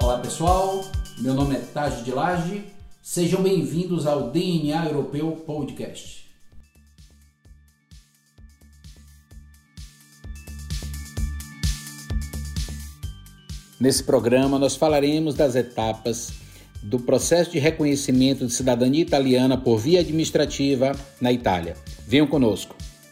Olá pessoal, meu nome é Taj de Laje, sejam bem-vindos ao DNA Europeu Podcast. Nesse programa nós falaremos das etapas do processo de reconhecimento de cidadania italiana por via administrativa na Itália. Venham conosco.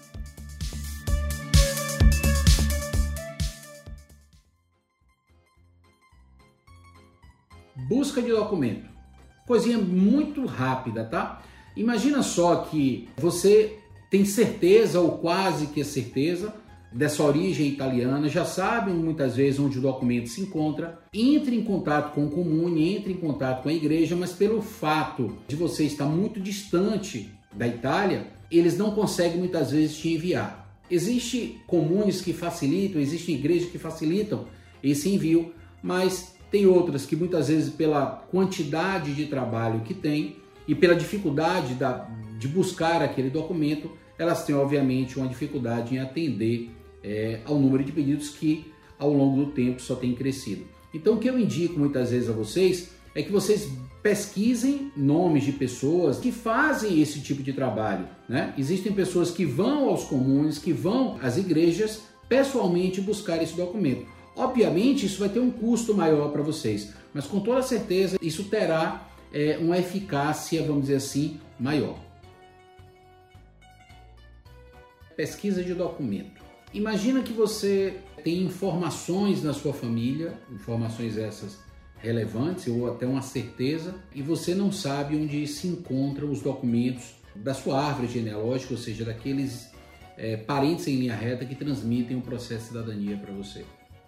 Busca de documento. Coisinha muito rápida, tá? Imagina só que você tem certeza ou quase que certeza dessa origem italiana, já sabe muitas vezes onde o documento se encontra, entre em contato com o comune, entre em contato com a igreja, mas pelo fato de você estar muito distante da Itália, eles não conseguem muitas vezes te enviar. Existem comunes que facilitam, existem igrejas que facilitam esse envio, mas tem outras que muitas vezes pela quantidade de trabalho que tem e pela dificuldade de buscar aquele documento, elas têm obviamente uma dificuldade em atender ao número de pedidos que ao longo do tempo só tem crescido. Então o que eu indico muitas vezes a vocês é que vocês pesquisem nomes de pessoas que fazem esse tipo de trabalho, né? Existem pessoas que vão aos comunes, que vão às igrejas pessoalmente buscar esse documento. Obviamente isso vai ter um custo maior para vocês, mas com toda certeza isso terá uma eficácia, vamos dizer assim, maior. Pesquisa de documento. Imagina que você tem informações na sua família, informações essas relevantes ou até uma certeza, e você não sabe onde se encontram os documentos da sua árvore genealógica, ou seja, daqueles parentes em linha reta que transmitem o processo de cidadania para você.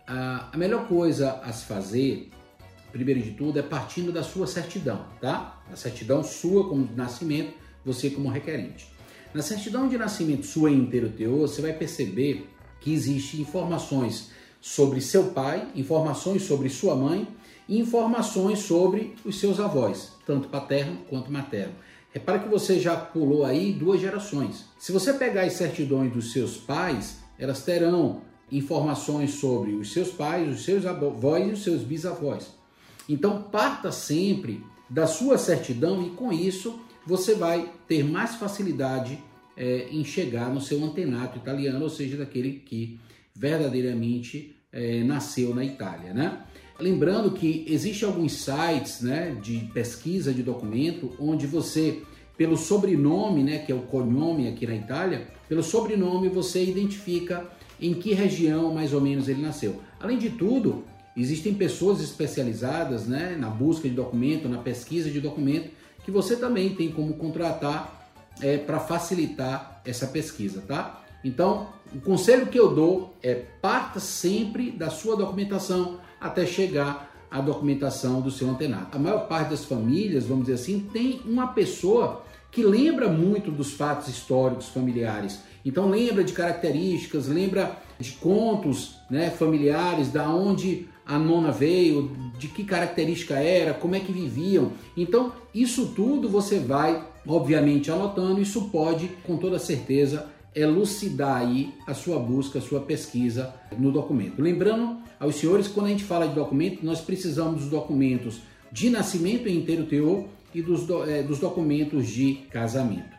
A melhor coisa a se fazer, primeiro de tudo, é partindo da sua certidão, tá? A certidão sua como de nascimento, você como requerente. Na certidão de nascimento sua em inteiro teor, você vai perceber que existem informações sobre seu pai, informações sobre sua mãe e informações sobre os seus avós, tanto paterno quanto materno. Repara que você já pulou aí 2 gerações. Se você pegar as certidões dos seus pais, elas terão informações sobre os seus pais, os seus avós e os seus bisavós. Então parta sempre da sua certidão e com isso você vai ter mais facilidade em chegar no seu antenato italiano, ou seja, daquele que verdadeiramente nasceu na Itália, né? Lembrando que existem alguns sites, né, de pesquisa de documento, onde você, pelo sobrenome, né, que é o cognome aqui na Itália, pelo sobrenome você identifica em que região mais ou menos ele nasceu. Além de tudo, existem pessoas especializadas, né, na busca de documento, na pesquisa de documento, que você também tem como contratar para facilitar essa pesquisa, tá? Então, o conselho que eu dou é parta sempre da sua documentação até chegar à documentação do seu antenato. A maior parte das famílias, vamos dizer assim, tem uma pessoa que lembra muito dos fatos históricos familiares. Então lembra de características, lembra de contos, né, familiares, da onde a nona veio, de que característica era, como é que viviam. Então isso tudo você vai, obviamente, anotando. Isso pode, com toda certeza, elucidar aí a sua busca, a sua pesquisa no documento. Lembrando aos senhores que quando a gente fala de documento, nós precisamos dos documentos de nascimento em inteiro teor e dos documentos de casamento.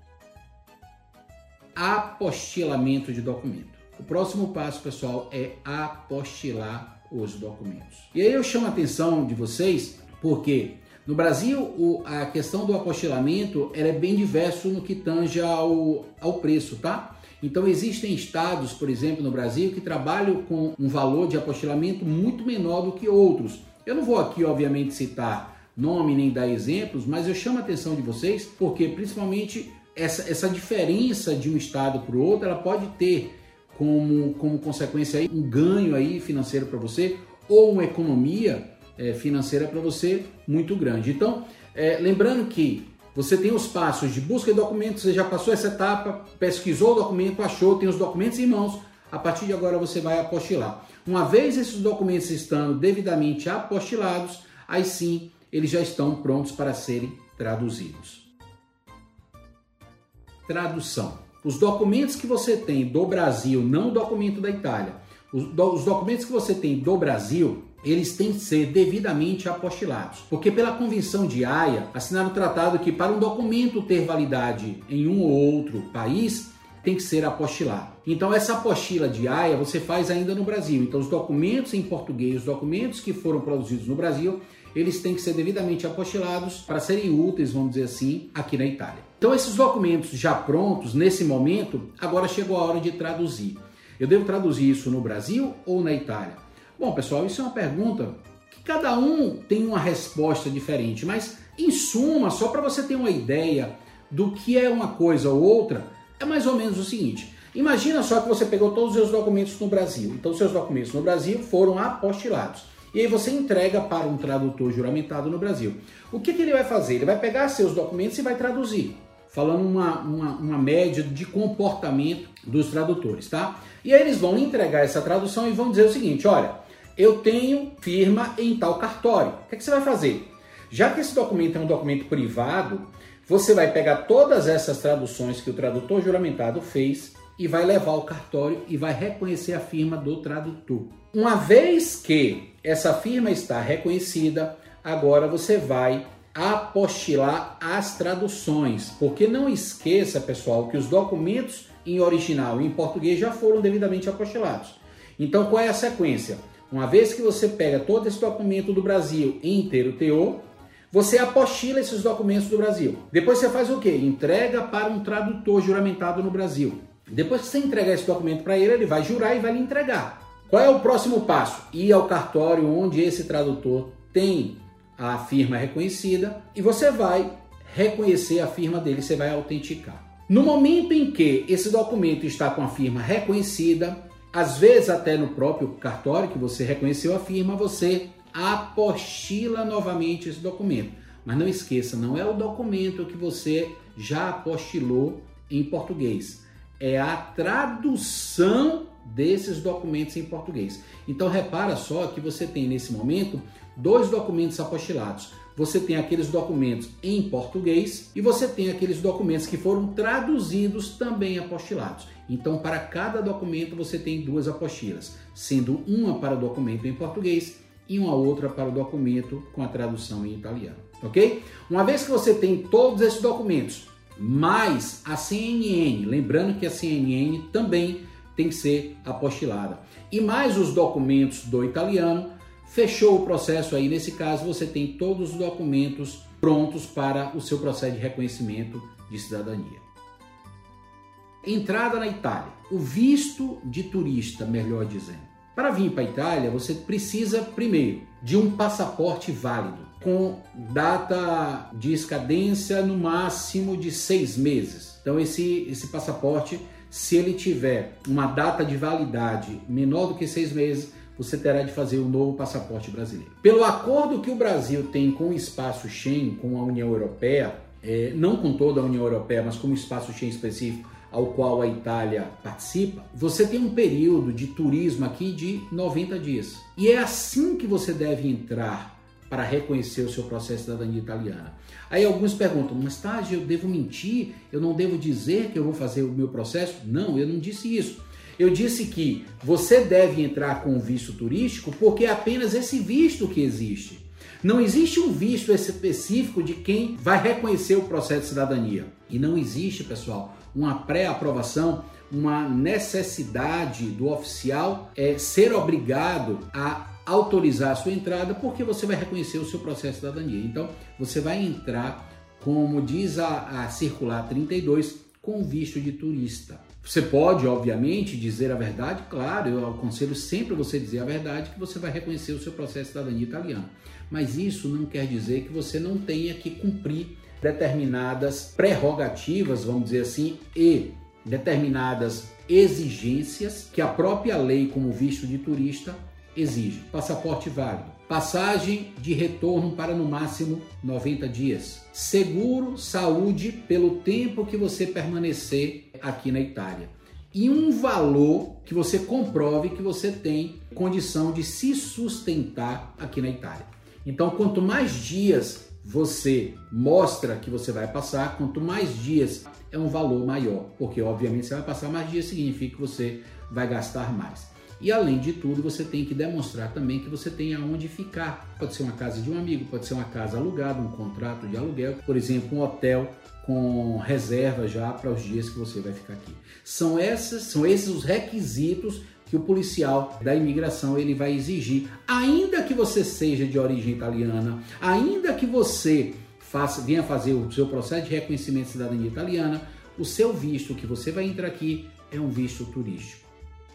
Apostilamento de documento. O próximo passo, pessoal, é apostilar os documentos. E aí eu chamo a atenção de vocês porque no Brasil a questão do apostilamento ela é bem diverso no que tange ao preço, tá? Então existem estados, por exemplo, no Brasil que trabalham com um valor de apostilamento muito menor do que outros. Eu não vou aqui, obviamente, citar nome nem dar exemplos, mas eu chamo a atenção de vocês porque principalmente essa diferença de um estado para o outro, ela pode ter como consequência aí, um ganho aí financeiro para você ou uma economia financeira para você muito grande. Então, lembrando que você tem os passos de busca de documentos, você já passou essa etapa, pesquisou o documento, achou, tem os documentos em mãos, a partir de agora você vai apostilar. Uma vez esses documentos estando devidamente apostilados, aí sim eles já estão prontos para serem traduzidos. Tradução. Os documentos que você tem do Brasil, não o documento da Itália, os documentos que você tem do Brasil, eles têm que ser devidamente apostilados. Porque pela Convenção de Haia, assinado o tratado que para um documento ter validade em um ou outro país, tem que ser apostilado. Então essa apostila de Haia você faz ainda no Brasil. Então os documentos em português, os documentos que foram produzidos no Brasil, eles têm que ser devidamente apostilados para serem úteis, vamos dizer assim, aqui na Itália. Então esses documentos já prontos, nesse momento, agora chegou a hora de traduzir. Eu devo traduzir isso no Brasil ou na Itália? Bom, pessoal, isso é uma pergunta que cada um tem uma resposta diferente, mas em suma, só para você ter uma ideia do que é uma coisa ou outra, é mais ou menos o seguinte. Imagina só que você pegou todos os seus documentos no Brasil. Então, seus documentos no Brasil foram apostilados. E aí você entrega para um tradutor juramentado no Brasil. O que ele vai fazer? Ele vai pegar seus documentos e vai traduzir, falando uma média de comportamento dos tradutores, tá? E aí eles vão entregar essa tradução e vão dizer o seguinte, olha, eu tenho firma em tal cartório. O que você vai fazer? Já que esse documento é um documento privado, você vai pegar todas essas traduções que o tradutor juramentado fez e vai levar ao cartório e vai reconhecer a firma do tradutor. Uma vez que essa firma está reconhecida, agora você vai apostilar as traduções, porque não esqueça, pessoal, que os documentos em original e em português já foram devidamente apostilados. Então, qual é a sequência? Uma vez que você pega todo esse documento do Brasil em inteiro teor, você apostila esses documentos do Brasil. Depois você faz o quê? Entrega para um tradutor juramentado no Brasil. Depois que você entregar esse documento para ele, ele vai jurar e vai lhe entregar. Qual é o próximo passo? Ir ao cartório onde esse tradutor tem a firma reconhecida e você vai reconhecer a firma dele, você vai autenticar. No momento em que esse documento está com a firma reconhecida, às vezes até no próprio cartório que você reconheceu a firma, você apostila novamente esse documento. Mas não esqueça, não é o documento que você já apostilou em português. É a tradução desses documentos em português. Então repara só que você tem nesse momento dois documentos apostilados. Você tem aqueles documentos em português e você tem aqueles documentos que foram traduzidos também apostilados. Então para cada documento você tem duas apostilas, sendo uma para o documento em português e uma outra para o documento com a tradução em italiano, ok? Uma vez que você tem todos esses documentos, mais a CNN, lembrando que a CNN também tem que ser apostilada, e mais os documentos do italiano, fechou o processo aí. Nesse caso, você tem todos os documentos prontos para o seu processo de reconhecimento de cidadania. Entrada na Itália. O visto de turista, melhor dizendo. Para vir para a Itália, você precisa, primeiro, de um passaporte válido, com data de escadência no máximo de 6 meses. Então, esse passaporte, se ele tiver uma data de validade menor do que 6 meses, você terá de fazer um novo passaporte brasileiro. Pelo acordo que o Brasil tem com o espaço Schengen, com a União Europeia, não com toda a União Europeia, mas com o espaço Schengen específico, ao qual a Itália participa, você tem um período de turismo aqui de 90 dias. E é assim que você deve entrar para reconhecer o seu processo de cidadania italiana. Aí alguns perguntam, mas Tade, eu devo mentir? Eu não devo dizer que eu vou fazer o meu processo? Não, eu não disse isso. Eu disse que você deve entrar com um visto turístico porque é apenas esse visto que existe. Não existe um visto específico de quem vai reconhecer o processo de cidadania. E não existe, pessoal, uma pré-aprovação, uma necessidade do oficial ser obrigado a autorizar a sua entrada porque você vai reconhecer o seu processo de cidadania. Então, você vai entrar, como diz a Circular 32, com visto de turista. Você pode, obviamente, dizer a verdade, claro, eu aconselho sempre você dizer a verdade, que você vai reconhecer o seu processo de cidadania italiano. Mas isso não quer dizer que você não tenha que cumprir determinadas prerrogativas, vamos dizer assim, e determinadas exigências que a própria lei, como visto de turista, exige. Passaporte válido, passagem de retorno para no máximo 90 dias, seguro saúde pelo tempo que você permanecer aqui na Itália e um valor que você comprove que você tem condição de se sustentar aqui na Itália. Então, quanto mais dias você mostra que você vai passar, quanto mais dias é um valor maior, porque obviamente você vai passar mais dias, significa que você vai gastar mais. E além de tudo, você tem que demonstrar também que você tem aonde ficar. Pode ser uma casa de um amigo, pode ser uma casa alugada, um contrato de aluguel, por exemplo, um hotel com reserva já para os dias que você vai ficar aqui. São esses os requisitos que o policial da imigração ele vai exigir, ainda que você seja de origem italiana, ainda que você venha fazer o seu processo de reconhecimento de cidadania italiana, o seu visto que você vai entrar aqui é um visto turístico.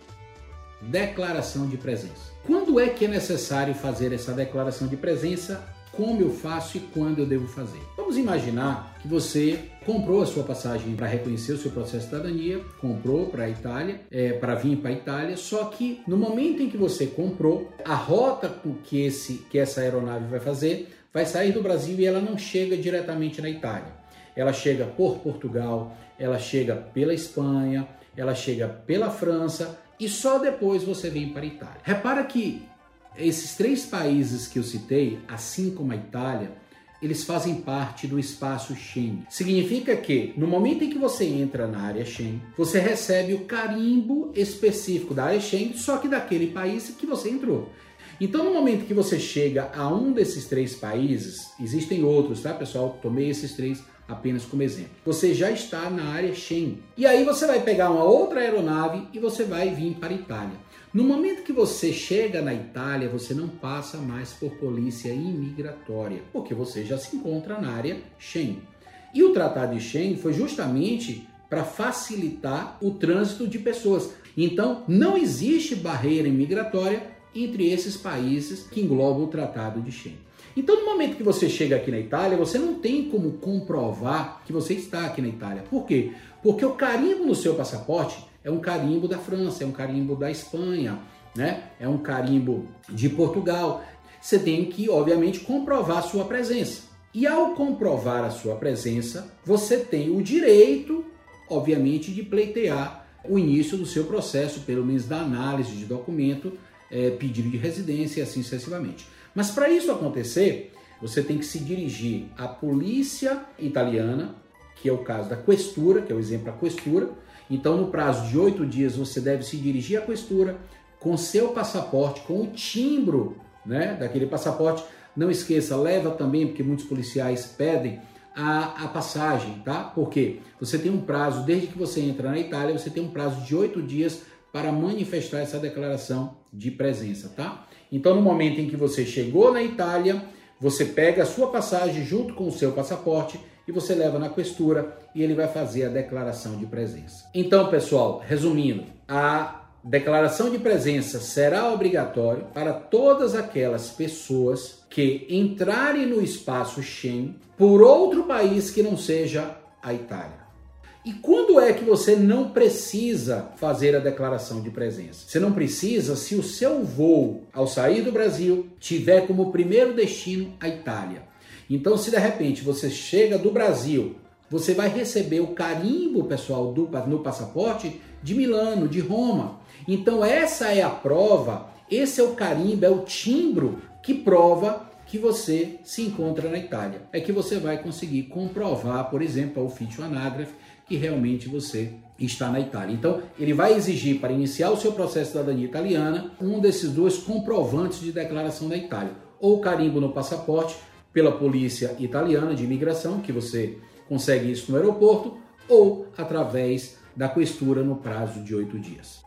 Declaração de presença. Quando é que é necessário fazer essa declaração de presença? Como eu faço e quando eu devo fazer? Vamos imaginar que você comprou a sua passagem para reconhecer o seu processo de cidadania, comprou para a Itália, para vir para a Itália, só que no momento em que você comprou, a rota que essa aeronave vai fazer vai sair do Brasil e ela não chega diretamente na Itália. Ela chega por Portugal, ela chega pela Espanha, ela chega pela França e só depois você vem para a Itália. Repara que esses 3 países que eu citei, assim como a Itália, eles fazem parte do espaço Schengen. Significa que, no momento em que você entra na área Schengen, você recebe o carimbo específico da área Schengen, só que daquele país que você entrou. Então, no momento que você chega a um desses 3 países, existem outros, tá, pessoal? Tomei esses 3 apenas como exemplo. Você já está na área Schengen. E aí você vai pegar uma outra aeronave e você vai vir para a Itália. No momento que você chega na Itália, você não passa mais por polícia imigratória, porque você já se encontra na área Schengen. E o Tratado de Schengen foi justamente para facilitar o trânsito de pessoas. Então, não existe barreira imigratória entre esses países que englobam o Tratado de Schengen. Então, no momento que você chega aqui na Itália, você não tem como comprovar que você está aqui na Itália. Por quê? Porque o carimbo no seu passaporte é um carimbo da França, é um carimbo da Espanha, né? É um carimbo de Portugal. Você tem que, obviamente, comprovar a sua presença. E ao comprovar a sua presença, você tem o direito, obviamente, de pleitear o início do seu processo, pelo menos da análise de documento, pedido de residência e assim sucessivamente. Mas para isso acontecer, você tem que se dirigir à polícia italiana, que é o caso da questura, que é o exemplo da questura. Então, no prazo de 8 dias, você deve se dirigir à questura com seu passaporte, com o timbro, né, daquele passaporte. Não esqueça, leva também, porque muitos policiais pedem a passagem, tá? Porque você tem um prazo, desde que você entra na Itália, você tem um prazo de 8 dias para manifestar essa declaração de presença, tá? Então, no momento em que você chegou na Itália, você pega a sua passagem junto com o seu passaporte e você leva na questura e ele vai fazer a declaração de presença. Então, pessoal, resumindo, a declaração de presença será obrigatória para todas aquelas pessoas que entrarem no espaço Schengen por outro país que não seja a Itália. E quando é que você não precisa fazer a declaração de presença? Você não precisa se o seu voo, ao sair do Brasil, tiver como primeiro destino a Itália. Então, se de repente você chega do Brasil, você vai receber o carimbo, pessoal, no passaporte de Milano, de Roma. Então, essa é a prova, esse é o carimbo, é o timbro que prova que você se encontra na Itália. É que você vai conseguir comprovar, por exemplo, ao Officio Anagrafe, que realmente você está na Itália. Então, ele vai exigir, para iniciar o seu processo de cidadania italiana, um desses 2 comprovantes de declaração da Itália. Ou o carimbo no passaporte, pela polícia italiana de imigração, que você consegue isso no aeroporto, ou através da questura no prazo de 8 dias.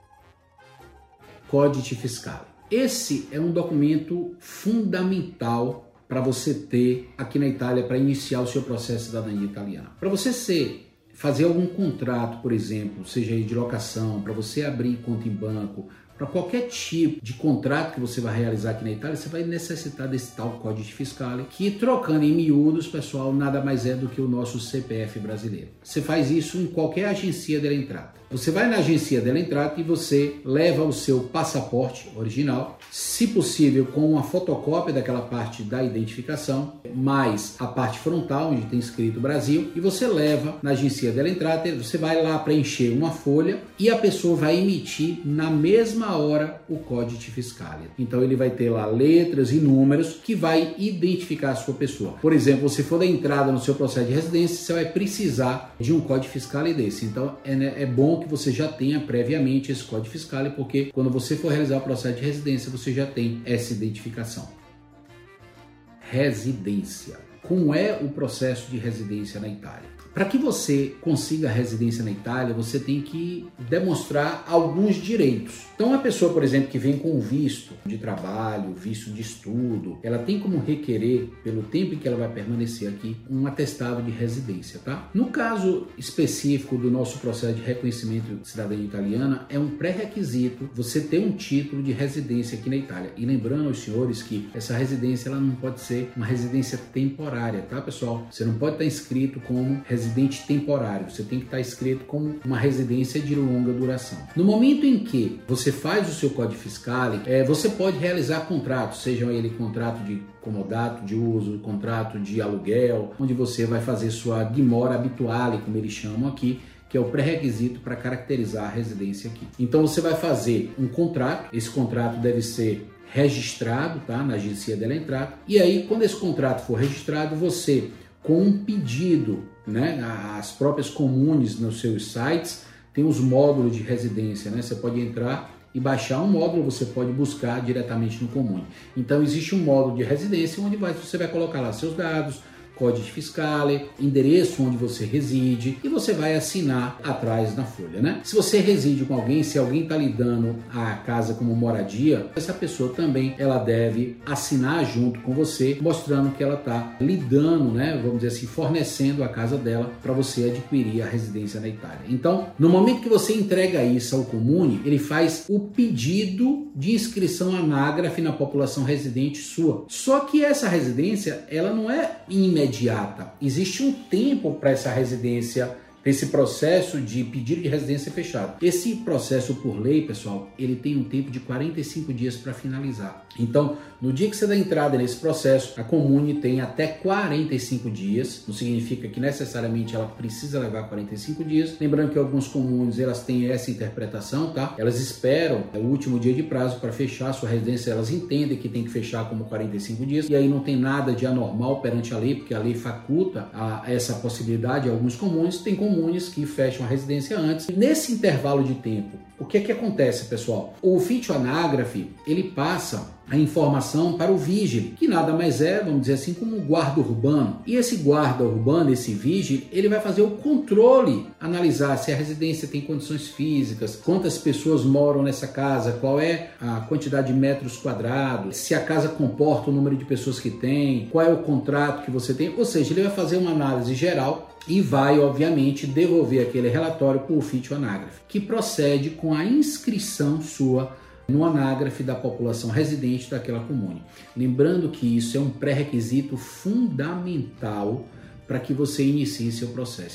Codice Fiscale. Esse é um documento fundamental para você ter aqui na Itália para iniciar o seu processo de cidadania italiana. Para você fazer algum contrato, por exemplo, seja de locação, para você abrir conta em banco, para qualquer tipo de contrato que você vai realizar aqui na Itália, você vai necessitar desse tal Codice Fiscale, que, trocando em miúdos, pessoal, nada mais é do que o nosso CPF brasileiro. Você faz isso em qualquer agência de entrada. Você vai na agência de entrada e você leva o seu passaporte original, se possível com uma fotocópia daquela parte da identificação, mais a parte frontal, onde tem escrito Brasil, e você leva na agência de entrada, você vai lá preencher uma folha e a pessoa vai emitir na mesma última hora o Codice Fiscale. Então ele vai ter lá letras e números que vai identificar a sua pessoa. Por exemplo, se for da entrada no seu processo de residência, você vai precisar de um Codice Fiscale desse. Então é bom que você já tenha previamente esse Codice Fiscale, porque quando você for realizar o processo de residência, você já tem essa identificação. Residência. Como é o processo de residência na Itália? Para que você consiga a residência na Itália, você tem que demonstrar alguns direitos. Então, uma pessoa, por exemplo, que vem com visto de trabalho, visto de estudo, ela tem como requerer, pelo tempo em que ela vai permanecer aqui, um atestado de residência, tá? No caso específico do nosso processo de reconhecimento de cidadania italiana, é um pré-requisito você ter um título de residência aqui na Itália. E lembrando aos senhores que essa residência ela não pode ser uma residência temporária, tá, pessoal? Você não pode estar inscrito como residente temporário, você tem que estar inscrito como uma residência de longa duração. No momento em que você faz o seu Codice Fiscale, você pode realizar contratos, sejam ele contrato de comodato de uso, contrato de aluguel, onde você vai fazer sua dimora habituale, como eles chamam aqui, que é o pré-requisito para caracterizar a residência aqui. Então você vai fazer um contrato, esse contrato deve ser registrado, tá, na Agência della Entrata, e aí quando esse contrato for registrado, você com um pedido, né, as próprias comunes nos seus sites tem os módulos de residência, né? Você pode entrar e baixar um módulo, você pode buscar diretamente no Comune. Então existe um módulo de residência onde você vai colocar lá seus dados, Codice Fiscale, endereço onde você reside e você vai assinar atrás na folha, né? Se você reside com alguém, se alguém está lhe dando a casa como moradia, essa pessoa também ela deve assinar junto com você, mostrando que ela está lhe dando, né? Vamos dizer assim, fornecendo a casa dela para você adquirir a residência na Itália. Então, no momento que você entrega isso ao Comune, ele faz o pedido de inscrição anágrafe na população residente sua. Só que essa residência, ela não é imediata. Existe um tempo para essa residência, para esse processo de pedido de residência fechado. Esse processo, por lei, pessoal, ele tem um tempo de 45 dias para finalizar. Então, no dia que você dá entrada nesse processo, a Comune tem até 45 dias. Não significa que necessariamente ela precisa levar 45 dias. Lembrando que alguns comunes, elas têm essa interpretação, tá? Elas esperam o último dia de prazo para fechar a sua residência. Elas entendem que tem que fechar como 45 dias. E aí não tem nada de anormal perante a lei, porque a lei faculta essa possibilidade a alguns comunes. Tem comunes que fecham a residência antes. Nesse intervalo de tempo, o que é que acontece, pessoal? O ofício anágrafe, ele passa a informação para o vigile, que nada mais é, vamos dizer assim, como um guarda urbano. E esse guarda urbano, esse vigile, ele vai fazer o controle, analisar se a residência tem condições físicas, quantas pessoas moram nessa casa, qual é a quantidade de metros quadrados, se a casa comporta o número de pessoas que tem, qual é o contrato que você tem, ou seja, ele vai fazer uma análise geral e vai, obviamente, devolver aquele relatório para o ofício anágrafe, que procede com a inscrição sua no anágrafe da população residente daquela comune. Lembrando que isso é um pré-requisito fundamental para que você inicie seu processo.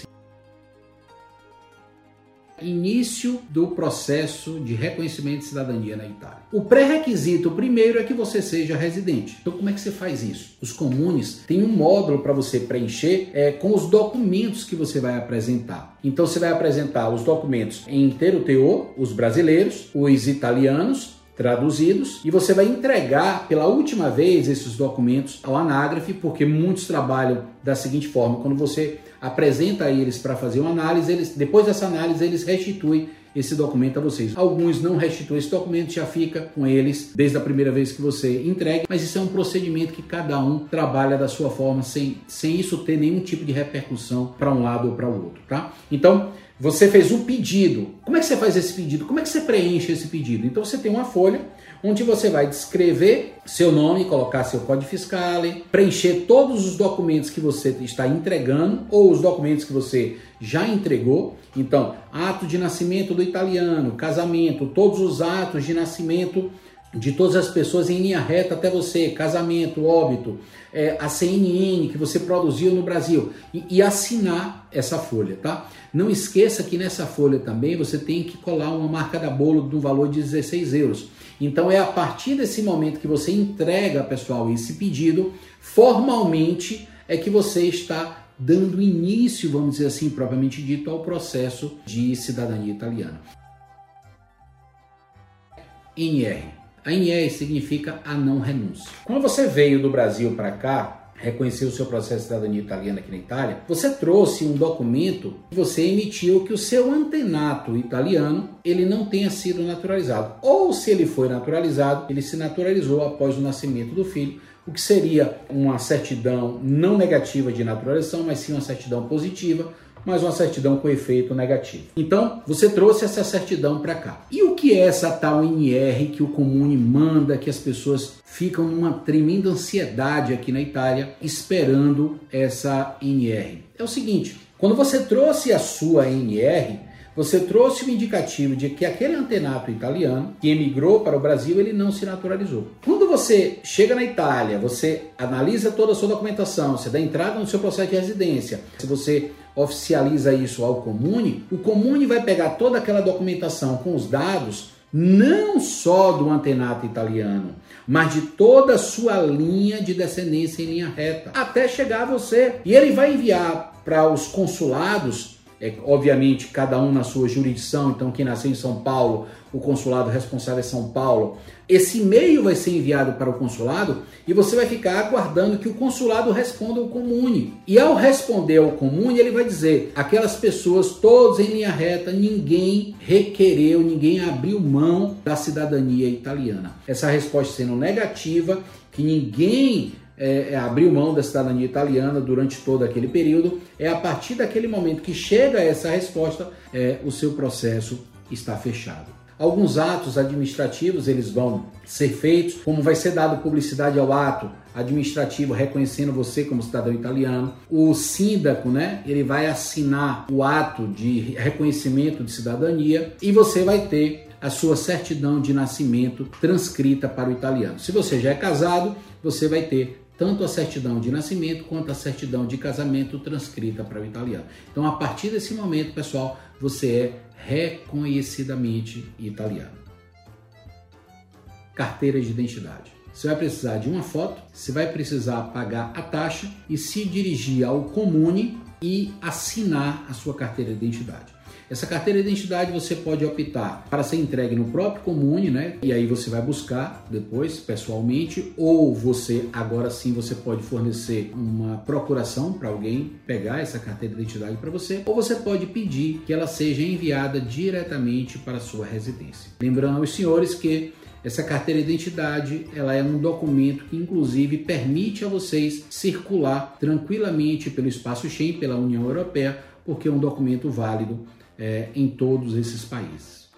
Início do processo de reconhecimento de cidadania na Itália. O pré-requisito primeiro é que você seja residente. Então como é que você faz isso? Os comunes têm um módulo para você preencher com os documentos que você vai apresentar. Então você vai apresentar os documentos em inteiro teor, os brasileiros, os italianos, traduzidos, e você vai entregar pela última vez esses documentos ao anágrafe, porque muitos trabalham da seguinte forma: quando você apresenta a eles para fazer uma análise, depois dessa análise eles restituem esse documento a vocês. Alguns não restituem esse documento, já fica com eles desde a primeira vez que você entrega, mas isso é um procedimento que cada um trabalha da sua forma, sem isso ter nenhum tipo de repercussão para um lado ou para o outro, tá? Então, você fez um pedido. Como é que você faz esse pedido? Como é que você preenche esse pedido? Então você tem uma folha onde você vai descrever seu nome, colocar seu Codice Fiscale, preencher todos os documentos que você está entregando ou os documentos que você já entregou. Então, ato de nascimento do italiano, casamento, todos os atos de nascimento de todas as pessoas em linha reta até você, casamento, óbito, a CNN que você produziu no Brasil, e assinar essa folha, tá? Não esqueça que nessa folha também você tem que colar uma marca da bolo do valor de 16 euros. Então é a partir desse momento que você entrega, pessoal, esse pedido, formalmente é que você está dando início, vamos dizer assim, propriamente dito, ao processo de cidadania italiana. NR. A NR significa a não renúncia. Quando você veio do Brasil para cá, reconheceu o seu processo de cidadania italiana aqui na Itália, você trouxe um documento que você emitiu que o seu antenato italiano ele não tenha sido naturalizado. Ou se ele foi naturalizado, ele se naturalizou após o nascimento do filho, o que seria uma certidão não negativa de naturalização, mas sim uma certidão positiva, mas uma certidão com efeito negativo. Então, você trouxe essa certidão para cá. E o que é essa tal NR que o Comune manda, que as pessoas ficam numa tremenda ansiedade aqui na Itália, esperando essa NR? É o seguinte, quando você trouxe a sua NR, você trouxe o indicativo de que aquele antenato italiano que emigrou para o Brasil, ele não se naturalizou. Quando você chega na Itália, você analisa toda a sua documentação, você dá entrada no seu processo de residência, se você oficializa isso ao Comune, o Comune vai pegar toda aquela documentação com os dados, não só do antenato italiano, mas de toda a sua linha de descendência em linha reta, até chegar a você. E ele vai enviar para os consulados, obviamente cada um na sua jurisdição, então quem nasceu em São Paulo, o consulado responsável é São Paulo. Esse e-mail vai ser enviado para o consulado e você vai ficar aguardando que o consulado responda ao Comune. E ao responder ao Comune, ele vai dizer, aquelas pessoas todas em linha reta, ninguém requereu, ninguém abriu mão da cidadania italiana. Essa resposta sendo negativa, que ninguém abriu mão da cidadania italiana durante todo aquele período, é a partir daquele momento que chega essa resposta, o seu processo está fechado. Alguns atos administrativos eles vão ser feitos, como vai ser dado publicidade ao ato administrativo reconhecendo você como cidadão italiano. O síndaco, ele vai assinar o ato de reconhecimento de cidadania e você vai ter a sua certidão de nascimento transcrita para o italiano. Se você já é casado, você vai ter tanto a certidão de nascimento quanto a certidão de casamento transcrita para o italiano. Então, a partir desse momento, pessoal, você é reconhecidamente italiano. Carteira de identidade. Você vai precisar de uma foto, você vai precisar pagar a taxa e se dirigir ao Comune e assinar a sua carteira de identidade. Essa carteira de identidade você pode optar para ser entregue no próprio Comune, E aí você vai buscar depois pessoalmente, ou você, agora sim, você pode fornecer uma procuração para alguém pegar essa carteira de identidade para você, ou você pode pedir que ela seja enviada diretamente para a sua residência. Lembrando aos senhores que essa carteira de identidade, ela é um documento que inclusive permite a vocês circular tranquilamente pelo espaço Schengen, pela União Europeia, porque é um documento válido em todos esses países.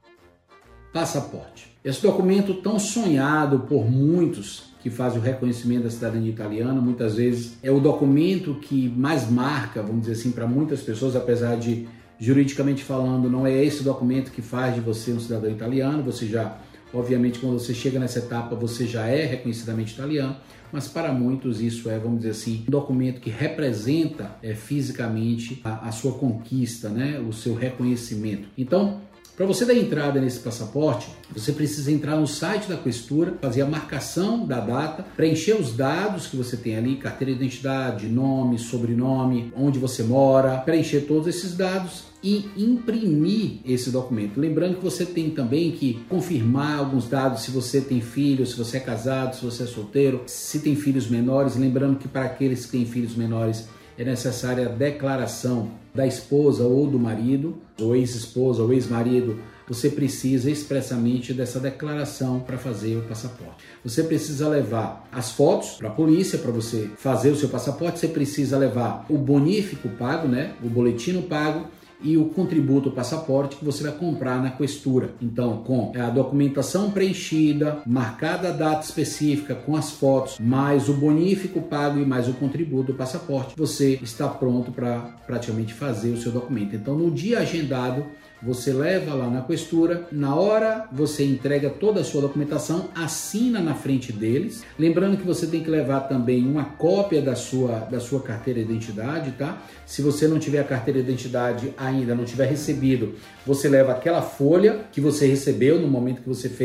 Passaporte. Esse documento tão sonhado por muitos que fazem o reconhecimento da cidadania italiana, muitas vezes é o documento que mais marca, vamos dizer assim, para muitas pessoas, apesar de, juridicamente falando, não é esse documento que faz de você um cidadão italiano. Você já, obviamente, quando você chega nessa etapa, você já é reconhecidamente italiano, mas para muitos isso é, vamos dizer assim, um documento que representa fisicamente a sua conquista, o seu reconhecimento. Então, para você dar entrada nesse passaporte, você precisa entrar no site da Questura, fazer a marcação da data, preencher os dados que você tem ali, carteira de identidade, nome, sobrenome, onde você mora, preencher todos esses dados e imprimir esse documento. Lembrando que você tem também que confirmar alguns dados, se você tem filhos, se você é casado, se você é solteiro, se tem filhos menores. Lembrando que para aqueles que têm filhos menores é necessária a declaração da esposa ou do marido, ou ex-esposa ou ex-marido. Você precisa expressamente dessa declaração para fazer o passaporte. Você precisa levar as fotos para a polícia para você fazer o seu passaporte. Você precisa levar o bonífico pago, o boletino pago, e o contributo passaporte que você vai comprar na Questura. Então, com a documentação preenchida, marcada a data específica, com as fotos, mais o bonífico pago e mais o contributo do passaporte, você está pronto para praticamente fazer o seu documento. Então, no dia agendado, você leva lá na Questura, na hora você entrega toda a sua documentação, assina na frente deles. Lembrando que você tem que levar também uma cópia da sua carteira de identidade, tá? Se você não tiver a carteira de identidade ainda, não tiver recebido, você leva aquela folha que você recebeu no momento que você fez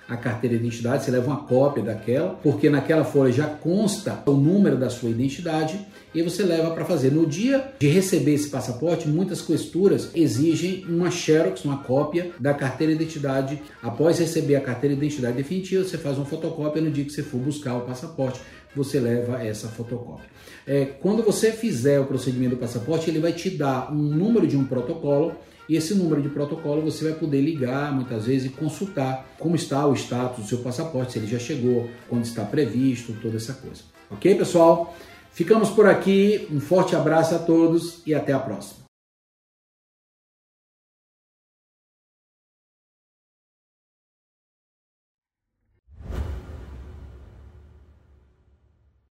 a carteira de identidade, você leva uma cópia daquela, porque naquela folha já consta o número da sua identidade e você leva para fazer. No dia de receber esse passaporte, muitas questuras exigem uma xerox, uma cópia da carteira de identidade. Após receber a carteira de identidade definitiva, você faz uma fotocópia. No dia que você for buscar o passaporte, você leva essa fotocópia. Quando você fizer o procedimento do passaporte, ele vai te dar um número de um protocolo, e esse número de protocolo você vai poder ligar muitas vezes e consultar como está o status do seu passaporte, se ele já chegou, quando está previsto, toda essa coisa. Ok, pessoal? Ficamos por aqui, um forte abraço a todos e até a próxima.